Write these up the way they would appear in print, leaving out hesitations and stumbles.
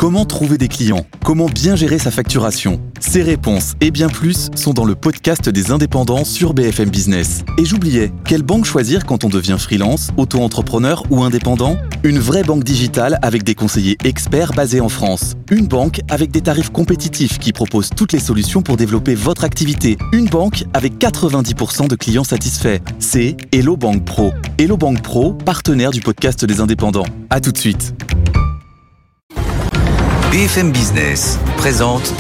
Comment trouver des clients ? Comment bien gérer sa facturation ? Ces réponses et bien plus sont dans le podcast des indépendants sur BFM Business. Et j'oubliais, quelle banque choisir quand on devient freelance, auto-entrepreneur ou indépendant ? Une vraie banque digitale avec des conseillers experts basés en France. Une banque avec des tarifs compétitifs qui propose toutes les solutions pour développer votre activité. Une banque avec 90% de clients satisfaits. C'est Hello Bank Pro. Hello Bank Pro, partenaire du podcast des indépendants. À tout de suite. BFM Business présente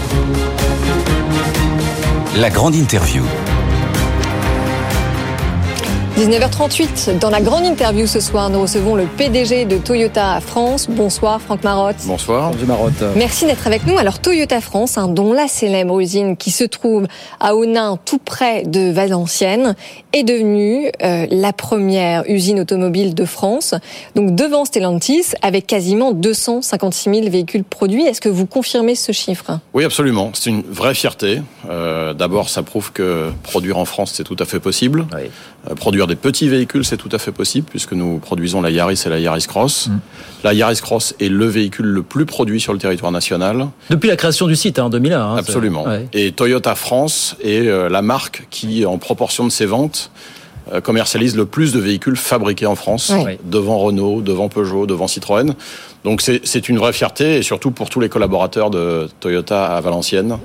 la grande interview. 19h38, dans la grande interview ce soir, nous recevons le PDG de Toyota France. Bonsoir Franck Marotte. Bonsoir. Bonjour Marotte. Merci d'être avec nous. Alors Toyota France, dont la célèbre usine qui se trouve à Onnaing, tout près de Valenciennes, est devenue la première usine automobile de France. Donc devant Stellantis, avec quasiment 256 000 véhicules produits. Est-ce que vous confirmez ce chiffre ? Oui, absolument. C'est une vraie fierté. D'abord, ça prouve que produire en France, c'est tout à fait possible. Oui. Produire des petits véhicules, c'est tout à fait possible, puisque nous produisons la Yaris et la Yaris Cross. La Yaris Cross est le véhicule le plus produit sur le territoire national. Depuis la création du site en 2001. Absolument. Ouais. Et Toyota France est la marque qui, en proportion de ses ventes, commercialise le plus de véhicules fabriqués en France, devant Renault, devant Peugeot, devant Citroën. Donc c'est une vraie fierté, et surtout pour tous les collaborateurs de Toyota à Valenciennes,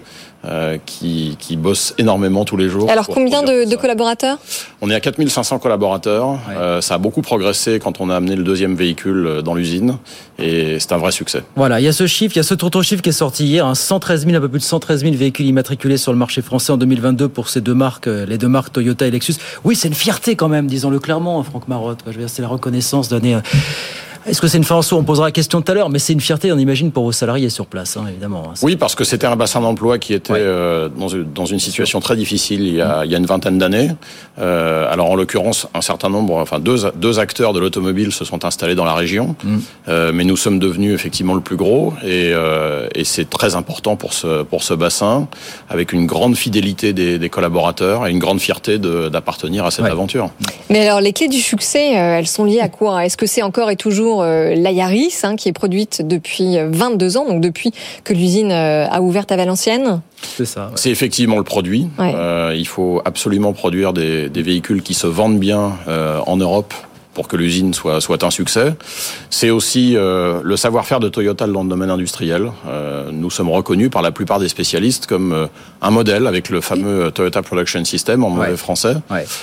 qui bossent énormément tous les jours. Alors combien de collaborateurs ? On est à 4500 collaborateurs. Ouais. Ça a beaucoup progressé quand on a amené le deuxième véhicule dans l'usine, et c'est un vrai succès. Voilà, il y a ce chiffre, il y a ce tonton chiffre qui est sorti hier, un peu plus de 113 000 véhicules immatriculés sur le marché français en 2022 pour ces deux marques, les deux marques Toyota et Lexus. Oui, c'est une fierté quand même, disons-le clairement, Franck Marotte. Je veux dire, c'est la reconnaissance donnée. Est-ce que c'est une fin en soi ? On posera la question tout à l'heure, mais c'est une fierté, on imagine, pour vos salariés sur place, évidemment. Oui, parce que c'était un bassin d'emploi qui était dans une situation très difficile il y a une vingtaine d'années. Alors en l'occurrence, un certain nombre, enfin deux acteurs de l'automobile se sont installés dans la région, mais nous sommes devenus effectivement le plus gros, et c'est très important pour ce bassin, avec une grande fidélité des collaborateurs et une grande fierté d'appartenir à cette aventure. Mais alors les clés du succès, elles sont liées à quoi ? Est-ce que c'est encore et toujours la Yaris, qui est produite depuis 22 ans, donc depuis que l'usine a ouvert à Valenciennes ? C'est ça. Ouais. C'est effectivement le produit. Ouais. Il faut absolument produire des véhicules qui se vendent bien en Europe pour que l'usine soit un succès. C'est aussi le savoir-faire de Toyota dans le domaine industriel. Nous sommes reconnus par la plupart des spécialistes comme un modèle, avec le fameux Toyota Production System en mauvais français,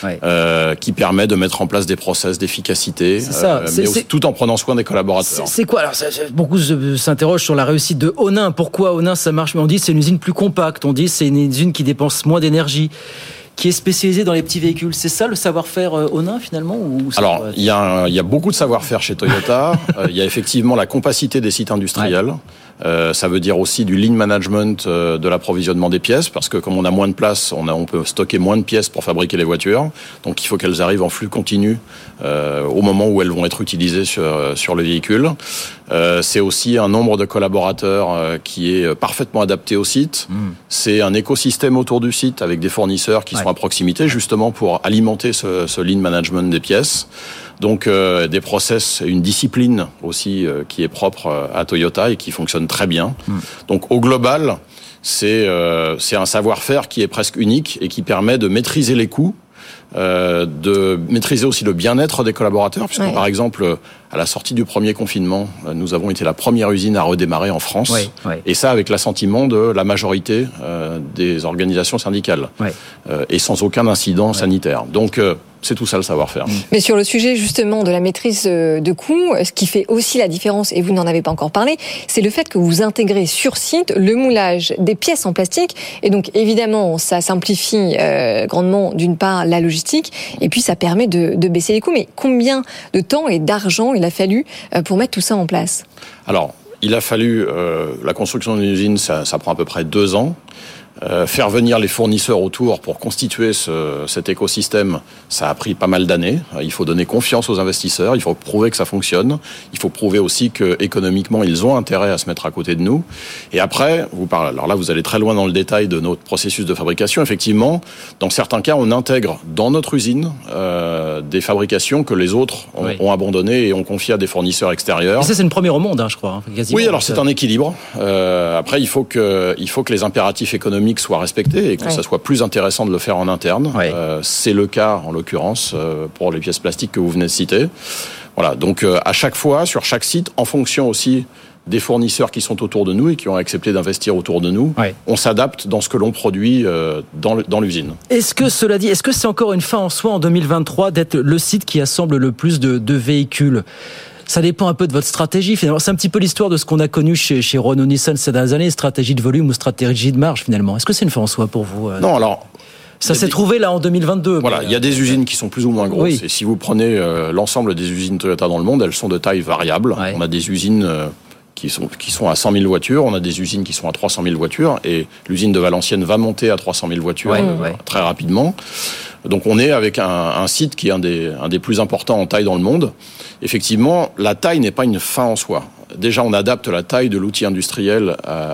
qui permet de mettre en place des process d'efficacité, mais aussi tout en prenant soin des collaborateurs. C'est quoi ? Alors, beaucoup s'interrogent sur la réussite de Onnaing. Pourquoi Onnaing ça marche ? Mais on dit que c'est une usine plus compacte. On dit que c'est une usine qui dépense moins d'énergie, qui est spécialisé dans les petits véhicules. C'est ça le savoir-faire Onnaing finalement ou Alors, il y a beaucoup de savoir-faire chez Toyota. Il y a effectivement la compacité des sites industriels. Ça veut dire aussi du lean management de l'approvisionnement des pièces, parce que comme on a moins de place, on peut stocker moins de pièces pour fabriquer les voitures. Donc il faut qu'elles arrivent en flux continu au moment où elles vont être utilisées sur le véhicule. C'est aussi un nombre de collaborateurs qui est parfaitement adapté au site. C'est un écosystème autour du site avec des fournisseurs qui sont à proximité, justement pour alimenter ce lean management des pièces. Donc des process, une discipline aussi qui est propre à Toyota et qui fonctionne très bien. Donc au global, c'est un savoir-faire qui est presque unique et qui permet de maîtriser les coûts, de maîtriser aussi le bien-être des collaborateurs, puisque par exemple, à la sortie du premier confinement, nous avons été la première usine à redémarrer en France, et ça avec l'assentiment de la majorité des organisations syndicales, et sans aucun incident sanitaire. Donc c'est tout ça le savoir-faire. Mais sur le sujet justement de la maîtrise de coûts, ce qui fait aussi la différence, et vous n'en avez pas encore parlé, c'est le fait que vous intégrez sur site le moulage des pièces en plastique, et donc évidemment ça simplifie grandement d'une part la logistique, et puis ça permet de baisser les coûts. Mais combien de temps et d'argent il a fallu pour mettre tout ça en place ? Alors, il a fallu, la construction d'une usine, ça prend à peu près 2 ans. Faire venir les fournisseurs autour pour constituer cet écosystème, ça a pris pas mal d'années. Il faut donner confiance aux investisseurs, il faut prouver que ça fonctionne, il faut prouver aussi que économiquement ils ont intérêt à se mettre à côté de nous. Et après, alors là vous allez très loin dans le détail de notre processus de fabrication. Effectivement, dans certains cas, on intègre dans notre usine des fabrications que les autres ont abandonnées et ont confiées à des fournisseurs extérieurs. Et ça c'est une première au monde, je crois. Quasiment. Oui, alors c'est un équilibre. Après, il faut que les impératifs économiques soient respectés et que ça soit plus intéressant de le faire en interne. C'est le cas, en l'occurrence, pour les pièces plastiques que vous venez de citer. Voilà, donc à chaque fois, sur chaque site, en fonction aussi des fournisseurs qui sont autour de nous et qui ont accepté d'investir autour de nous, on s'adapte dans ce que l'on produit dans l'usine. Est-ce que, cela dit, est-ce que c'est encore une fin en soi en 2023 d'être le site qui assemble le plus de véhicules ? Ça dépend un peu de votre stratégie, finalement. C'est un petit peu l'histoire de ce qu'on a connu chez Renault-Nissan ces dernières années, stratégie de volume ou stratégie de marge, finalement. Est-ce que c'est une fin en soi pour vous ? Non, alors... Ça s'est trouvé là en 2022. Voilà, il y a des usines qui sont plus ou moins grosses. Et si vous prenez l'ensemble des usines Toyota dans le monde, elles sont de taille variable. On a des usines qui sont à 100 000 voitures, on a des usines qui sont à 300 000 voitures, et l'usine de Valenciennes va monter à 300 000 voitures très rapidement. Donc on est avec un site qui est un des plus importants en taille dans le monde. Effectivement, la taille n'est pas une fin en soi. Déjà, on adapte la taille de l'outil industriel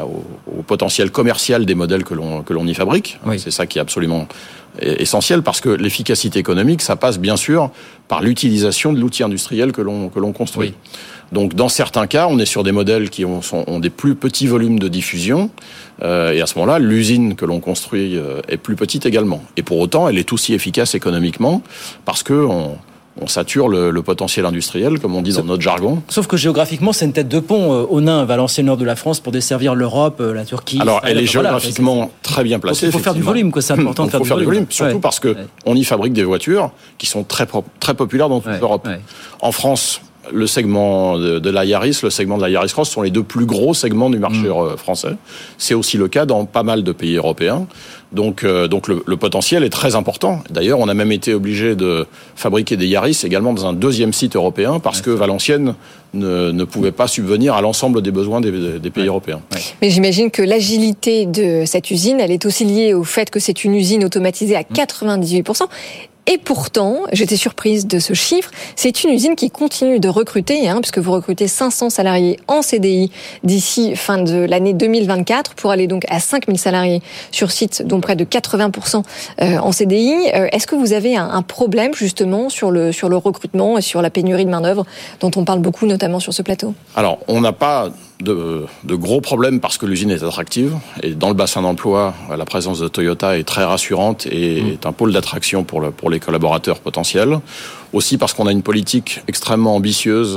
au potentiel commercial des modèles que l'on y fabrique. C'est ça qui est absolument essentiel, parce que l'efficacité économique, ça passe bien sûr par l'utilisation de l'outil industriel que l'on construit. Donc, dans certains cas, on est sur des modèles qui ont des plus petits volumes de diffusion, et à ce moment-là, l'usine que l'on construit est plus petite également. Et pour autant, elle est aussi efficace économiquement, parce que on sature le potentiel industriel, comme on dit dans notre jargon. Sauf que géographiquement, c'est une tête de pont. Onin, Valenciennes, nord de la France, pour desservir l'Europe, la Turquie. Alors, elle est géographiquement très bien placée. Il faut faire du volume, c'est important de faire du volume. Surtout parce que on y fabrique des voitures qui sont très populaires dans toute l'Europe. En France, le segment de la Yaris, le segment de la Yaris Cross sont les deux plus gros segments du marché français. C'est aussi le cas dans pas mal de pays européens. Donc le potentiel est très important. D'ailleurs, on a même été obligé de fabriquer des Yaris également dans un deuxième site européen parce que Valenciennes ne pouvait pas subvenir à l'ensemble des besoins des pays européens. Mais j'imagine que l'agilité de cette usine, elle est aussi liée au fait que c'est une usine automatisée à 98%. Et pourtant, j'étais surprise de ce chiffre, c'est une usine qui continue de recruter, puisque vous recrutez 500 salariés en CDI d'ici fin de l'année 2024, pour aller donc à 5000 salariés sur site, dont près de 80% en CDI. Est-ce que vous avez un problème justement sur le recrutement et sur la pénurie de main-d'œuvre dont on parle beaucoup, notamment sur ce plateau ? Alors, on n'a pas de gros problèmes parce que l'usine est attractive, et dans le bassin d'emploi, la présence de Toyota est très rassurante et est un pôle d'attraction pour les collaborateurs potentiels. Aussi parce qu'on a une politique extrêmement ambitieuse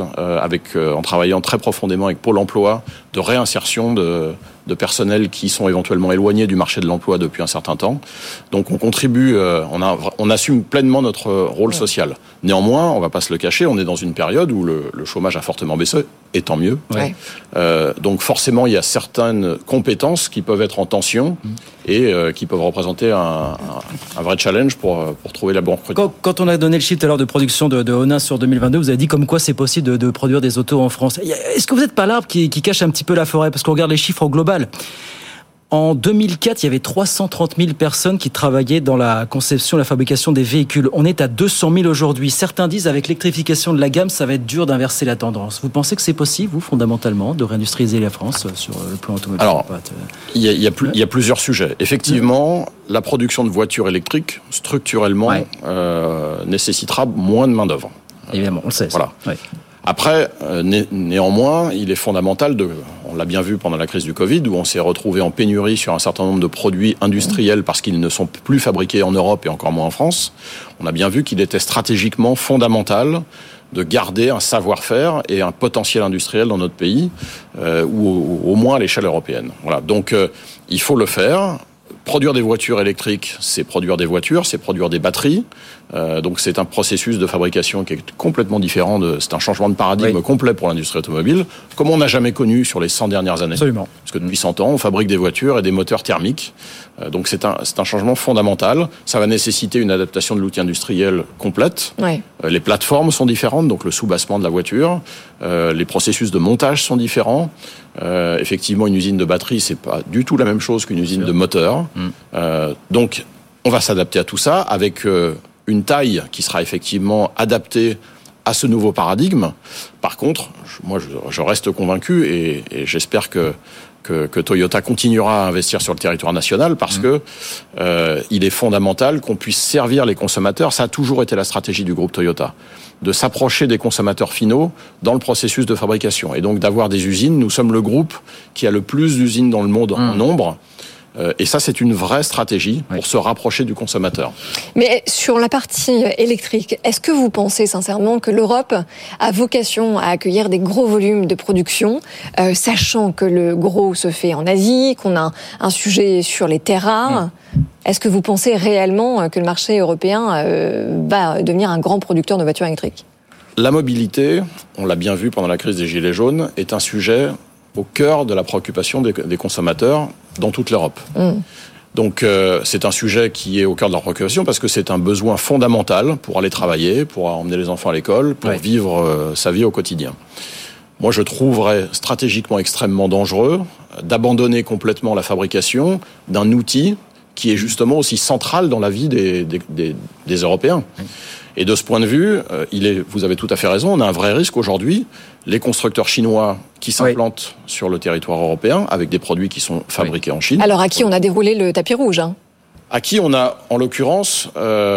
en travaillant très profondément avec Pôle emploi de réinsertion de personnels qui sont éventuellement éloignés du marché de l'emploi depuis un certain temps. Donc on contribue, on assume pleinement notre rôle social. Néanmoins, on ne va pas se le cacher, on est dans une période où le chômage a fortement baissé, et tant mieux. Donc forcément, il y a certaines compétences qui peuvent être en tension et qui peuvent représenter un vrai challenge pour trouver la bonne recrutement. Quand on a donné le chiffre tout à l'heure de production de Onin sur 2022, vous avez dit comme quoi c'est possible de produire des autos en France. Est-ce que vous n'êtes pas l'arbre qui cache un petit peu la forêt ? Parce qu'on regarde les chiffres au global. En 2004, il y avait 330 000 personnes qui travaillaient dans la conception et la fabrication des véhicules. On est à 200 000 aujourd'hui. Certains disent avec l'électrification de la gamme, ça va être dur d'inverser la tendance. Vous pensez que c'est possible, vous, fondamentalement, de réindustrialiser la France sur le plan automobile ? Alors, il y a plusieurs sujets. Effectivement, la production de voitures électriques, structurellement, nécessitera moins de main-d'œuvre. Évidemment, on le sait. Voilà. Après, néanmoins, il est fondamental on l'a bien vu pendant la crise du Covid, où on s'est retrouvé en pénurie sur un certain nombre de produits industriels parce qu'ils ne sont plus fabriqués en Europe et encore moins en France. On a bien vu qu'il était stratégiquement fondamental de garder un savoir-faire et un potentiel industriel dans notre pays, ou au moins à l'échelle européenne. Voilà. Donc, il faut le faire. Produire des voitures électriques, c'est produire des voitures, c'est produire des batteries, Donc c'est un processus de fabrication qui est complètement différent. C'est un changement de paradigme complet pour l'industrie automobile, comme on n'a jamais connu sur les 100 dernières années. Absolument. Parce que depuis 100 ans, on fabrique des voitures et des moteurs thermiques. Donc c'est un changement fondamental. Ça va nécessiter une adaptation de l'outil industriel complète. Ouais. Les plateformes sont différentes, donc le soubassement de la voiture. Les processus de montage sont différents. Effectivement, une usine de batterie, c'est pas du tout la même chose qu'une usine de moteur. Donc, on va s'adapter à tout ça avec une taille qui sera effectivement adaptée à ce nouveau paradigme. Par contre, moi, je reste convaincu et j'espère que Toyota continuera à investir sur le territoire national parce que il est fondamental qu'on puisse servir les consommateurs. Ça a toujours été la stratégie du groupe Toyota, de s'approcher des consommateurs finaux dans le processus de fabrication. Et donc d'avoir des usines. Nous sommes le groupe qui a le plus d'usines dans le monde en nombre. Et ça, c'est une vraie stratégie pour se rapprocher du consommateur. Mais sur la partie électrique, est-ce que vous pensez sincèrement que l'Europe a vocation à accueillir des gros volumes de production, sachant que le gros se fait en Asie, qu'on a un sujet sur les terres rares? Est-ce que vous pensez réellement que le marché européen va devenir un grand producteur de voitures électriques? La mobilité, on l'a bien vu pendant la crise des Gilets jaunes, est un sujet au cœur de la préoccupation des consommateurs dans toute l'Europe. Donc c'est un sujet qui est au cœur de leur préoccupation parce que c'est un besoin fondamental pour aller travailler, pour emmener les enfants à l'école, pour vivre sa vie au quotidien. Moi, je trouverais stratégiquement extrêmement dangereux d'abandonner complètement la fabrication d'un outil qui est justement aussi central dans la vie des Européens. Et de ce point de vue, vous avez tout à fait raison, on a un vrai risque aujourd'hui. Les constructeurs chinois qui s'implantent sur le territoire européen avec des produits qui sont fabriqués en Chine. Alors à qui on a déroulé le tapis rouge, À qui on a, en l'occurrence,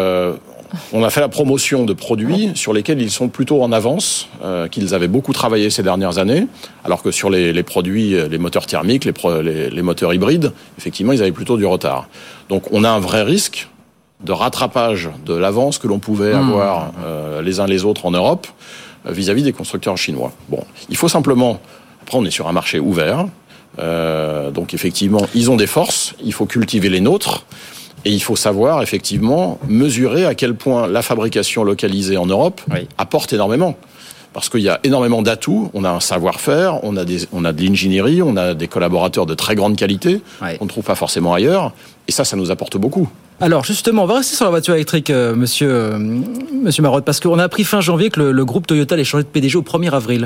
on a fait la promotion de produits sur lesquels ils sont plutôt en avance, qu'ils avaient beaucoup travaillé ces dernières années, alors que sur les produits, les moteurs thermiques, les moteurs hybrides, effectivement, ils avaient plutôt du retard. Donc on a un vrai risque de rattrapage de l'avance que l'on pouvait avoir les uns les autres en Europe vis-à-vis des constructeurs chinois. Bon, il faut simplement... Après, on est sur un marché ouvert. Donc, effectivement, ils ont des forces. Il faut cultiver les nôtres. Et il faut savoir, effectivement, mesurer à quel point la fabrication localisée en Europe apporte énormément. Parce qu'il y a énormément d'atouts. On a un savoir-faire, on a de l'ingénierie, on a des collaborateurs de très grande qualité qu'on ne trouve pas forcément ailleurs. Et ça nous apporte beaucoup. Alors justement, on va rester sur la voiture électrique, monsieur Marotte, parce qu'on a appris fin janvier que le groupe Toyota allait changer de PDG au 1er avril.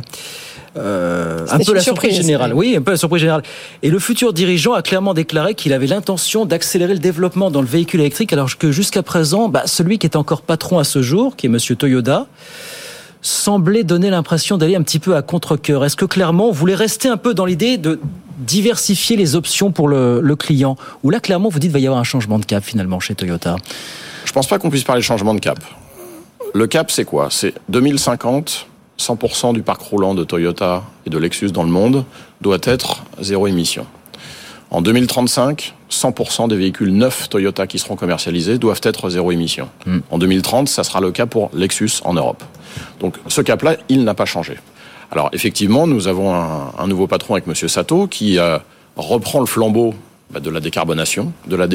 Un peu la surprise générale. Oui, un peu la surprise générale. Et le futur dirigeant a clairement déclaré qu'il avait l'intention d'accélérer le développement dans le véhicule électrique, alors que jusqu'à présent, celui qui est encore patron à ce jour, qui est monsieur Toyoda, semblait donner l'impression d'aller un petit peu à contre-cœur. Est-ce que clairement, vous voulez rester un peu dans l'idée de diversifier les options pour le client? Ou là, clairement, vous dites qu'il va y avoir un changement de cap finalement chez Toyota? Je pense pas qu'on puisse parler de changement de cap. Le cap, c'est quoi? C'est 2050, 100% du parc roulant de Toyota et de Lexus dans le monde doit être zéro émission. En 2035, 100% des véhicules neufs Toyota qui seront commercialisés doivent être zéro émission. En 2030, ça sera le cas pour Lexus en Europe. Donc ce cap-là, il n'a pas changé. Alors effectivement, nous avons un nouveau patron avec monsieur Sato qui reprend le flambeau de la décarbonation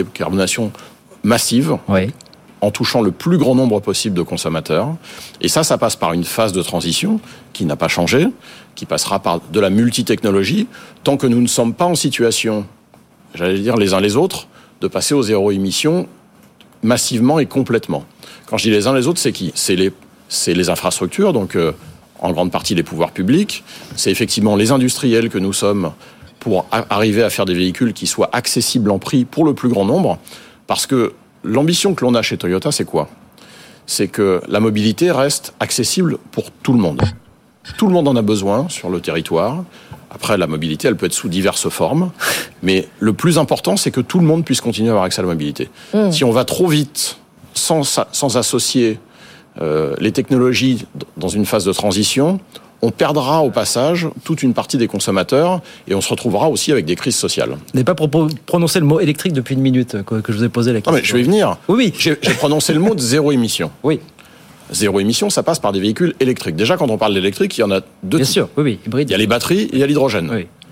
massive, en touchant le plus grand nombre possible de consommateurs. Et ça passe par une phase de transition qui n'a pas changé, qui passera par de la multitechnologie, tant que nous ne sommes pas en situation, j'allais dire les uns les autres, de passer aux zéro émission massivement et complètement. Quand je dis les uns les autres, c'est qui? C'est les infrastructures, donc en grande partie les pouvoirs publics. C'est effectivement les industriels que nous sommes pour arriver à faire des véhicules qui soient accessibles en prix pour le plus grand nombre. Parce que l'ambition que l'on a chez Toyota, c'est quoi? C'est que la mobilité reste accessible pour tout le monde. Tout le monde en a besoin sur le territoire. Après, la mobilité, elle peut être sous diverses formes. Mais le plus important, c'est que tout le monde puisse continuer à avoir accès à la mobilité. Si on va trop vite, sans associer les technologies dans une phase de transition, on perdra au passage toute une partie des consommateurs et on se retrouvera aussi avec des crises sociales. Vous n'avez pas prononcé le mot électrique depuis une minute que je vous ai posé la question. Non, mais je vais y venir. Oui. J'ai prononcé le mot de zéro émission. Oui. Zéro émission, ça passe par des véhicules électriques. Déjà, quand on parle d'électrique, il y en a deux types. Bien sûr, oui, hybride. Il y a les batteries et il y a l'hydrogène. Oui.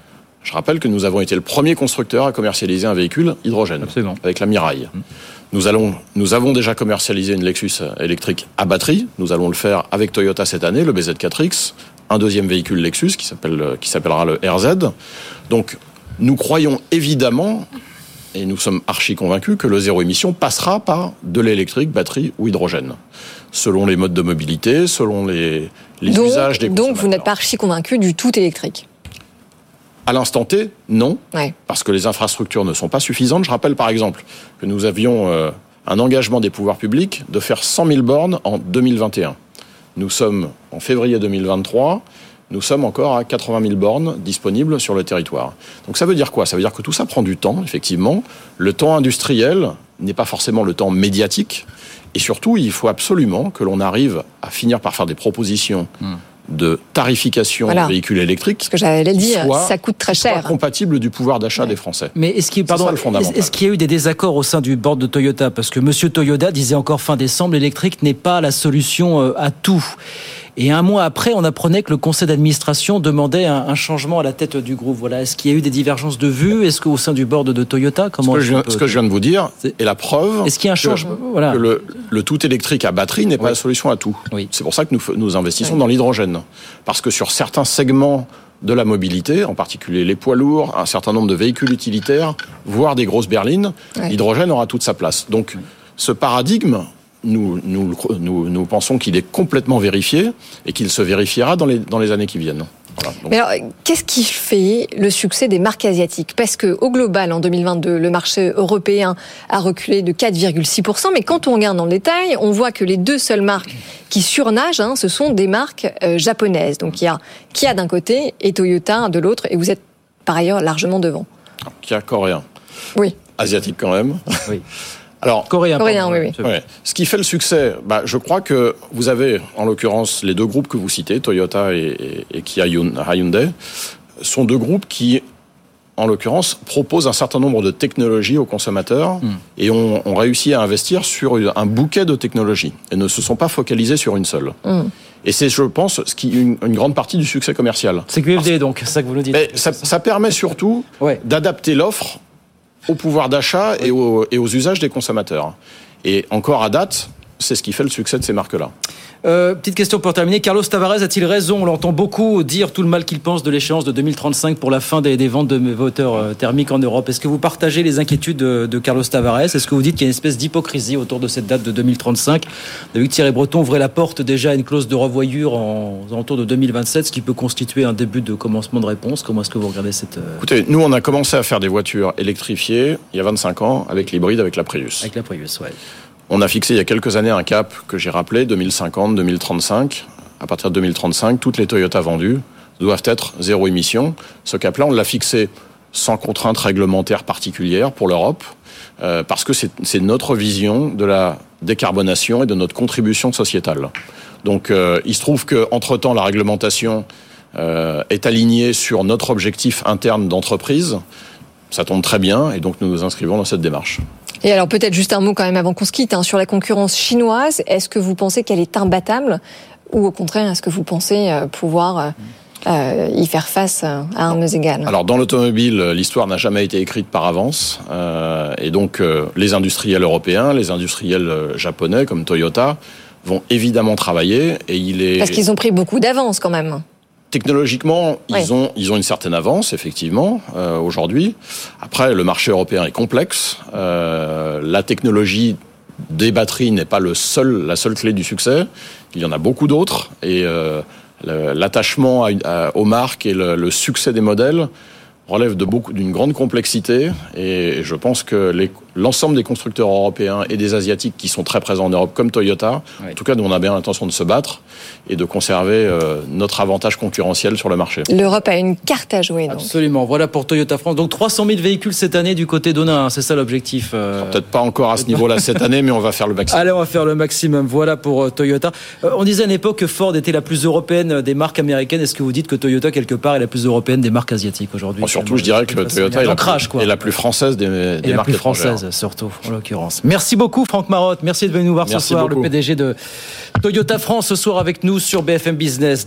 Je rappelle que nous avons été le premier constructeur à commercialiser un véhicule hydrogène. Absolument. Avec la Mirai. Nous avons déjà commercialisé une Lexus électrique à batterie. Nous allons le faire avec Toyota cette année, le BZ4X, un deuxième véhicule Lexus qui s'appellera le RZ. Donc, nous croyons évidemment, et nous sommes archi convaincus, que le zéro émission passera par de l'électrique, batterie ou hydrogène, selon les modes de mobilité, selon les usages des consommateurs. Donc, vous n'êtes pas archi convaincu du tout électrique? À l'instant T, non, ouais. Parce que les infrastructures ne sont pas suffisantes. Je rappelle par exemple que nous avions un engagement des pouvoirs publics de faire 100 000 bornes en 2021. Nous sommes en février 2023, nous sommes encore à 80 000 bornes disponibles sur le territoire. Donc ça veut dire quoi? Ça veut dire que tout ça prend du temps, effectivement. Le temps industriel n'est pas forcément le temps médiatique. Et surtout, il faut absolument que l'on arrive à finir par faire des propositions de tarification des véhicules électriques. Ce que j'allais dire, ça coûte très cher. Compatible du pouvoir d'achat des Français. Mais est-ce qu'il y a eu des désaccords au sein du board de Toyota? Parce que Monsieur Toyoda disait encore fin décembre, l'électrique n'est pas la solution à tout. Et un mois après, on apprenait que le conseil d'administration demandait un changement à la tête du groupe. Voilà. Est-ce qu'il y a eu des divergences de vues? Est-ce qu'au sein du board de Toyota, ce que je viens de vous dire est la preuve. Est-ce qu'il y a un changement? Voilà. Que le tout électrique à batterie n'est pas la solution à tout. Oui. C'est pour ça que nous investissons dans l'hydrogène. Parce que sur certains segments de la mobilité, en particulier les poids lourds, un certain nombre de véhicules utilitaires, voire des grosses berlines, l'hydrogène aura toute sa place. Donc, ce paradigme, nous pensons qu'il est complètement vérifié et qu'il se vérifiera dans les années qui viennent. Voilà. Mais alors, qu'est-ce qui fait le succès des marques asiatiques? Parce que au global, en 2022, le marché européen a reculé de 4,6%. Mais quand on regarde dans le détail, on voit que les deux seules marques qui surnagent, ce sont des marques japonaises. Donc il y a Kia d'un côté et Toyota de l'autre. Et vous êtes par ailleurs largement devant. Kia coréen. Oui. Asiatique quand même. Oui. Alors, coréen, oui. Ouais. Ce qui fait le succès, je crois que vous avez, en l'occurrence, les deux groupes que vous citez, Toyota et Kia Hyundai, sont deux groupes qui, en l'occurrence, proposent un certain nombre de technologies aux consommateurs et ont réussi à investir sur un bouquet de technologies et ne se sont pas focalisés sur une seule. Et c'est, je pense, une grande partie du succès commercial. C'est QFD, donc, c'est ça que vous nous dites. Mais ça permet surtout d'adapter l'offre au pouvoir d'achat et aux usages des consommateurs. Et encore à date, c'est ce qui fait le succès de ces marques-là. Petite question pour terminer. Carlos Tavares a-t-il raison? On l'entend beaucoup dire tout le mal qu'il pense de l'échéance de 2035 pour la fin des ventes de moteurs thermiques en Europe. Est-ce que vous partagez les inquiétudes de Carlos Tavares? Est-ce que vous dites qu'il y a une espèce d'hypocrisie autour de cette date de 2035? On a vu que Thierry Breton ouvrait la porte déjà à une clause de revoyure en alentour de 2027, ce qui peut constituer un début de commencement de réponse. Comment est-ce que vous regardez cette... Écoutez, nous on a commencé à faire des voitures électrifiées il y a 25 ans avec l'hybride, avec la Prius. Avec la Prius, ouais. On a fixé il y a quelques années un cap que j'ai rappelé, 2050, 2035. À partir de 2035, toutes les Toyota vendues doivent être zéro émission. Ce cap-là, on l'a fixé sans contrainte réglementaire particulière pour l'Europe, parce que c'est notre vision de la décarbonation et de notre contribution sociétale. Donc, il se trouve qu'entre-temps, la réglementation est alignée sur notre objectif interne d'entreprise. Ça tombe très bien, et donc nous nous inscrivons dans cette démarche. Et alors peut-être juste un mot quand même avant qu'on se quitte sur la concurrence chinoise. Est-ce que vous pensez qu'elle est imbattable ou au contraire est-ce que vous pensez pouvoir y faire face à armes égales? Alors dans l'automobile, l'histoire n'a jamais été écrite par avance et donc les industriels européens, les industriels japonais comme Toyota vont évidemment travailler et parce qu'ils ont pris beaucoup d'avance quand même. Technologiquement, ils ont une certaine avance, effectivement, aujourd'hui. Après, le marché européen est complexe. La technologie des batteries n'est pas la seule clé du succès. Il y en a beaucoup d'autres. Et l'attachement aux marques et le succès des modèles relève d'une grande complexité. Et je pense que l'ensemble des constructeurs européens et des asiatiques qui sont très présents en Europe, comme Toyota, en tout cas, nous, on a bien l'intention de se battre et de conserver notre avantage concurrentiel sur le marché. L'Europe a une carte à jouer. Donc. Absolument. Voilà pour Toyota France. Donc 300 000 véhicules cette année du côté d'Onin, c'est ça l'objectif. Peut-être pas encore à ce niveau-là cette année, mais on va faire le maximum. Allez, on va faire le maximum. Voilà pour Toyota. On disait à une époque que Ford était la plus européenne des marques américaines. Est-ce que vous dites que Toyota, quelque part, est la plus européenne des marques asiatiques aujourd'hui? Surtout, je dirais que Toyota est la plus française des marques étrangères. Surtout, en l'occurrence. Merci beaucoup, Franck Marotte. Merci de venir nous voir ce soir, le PDG de Toyota France, ce soir avec nous sur BFM Business.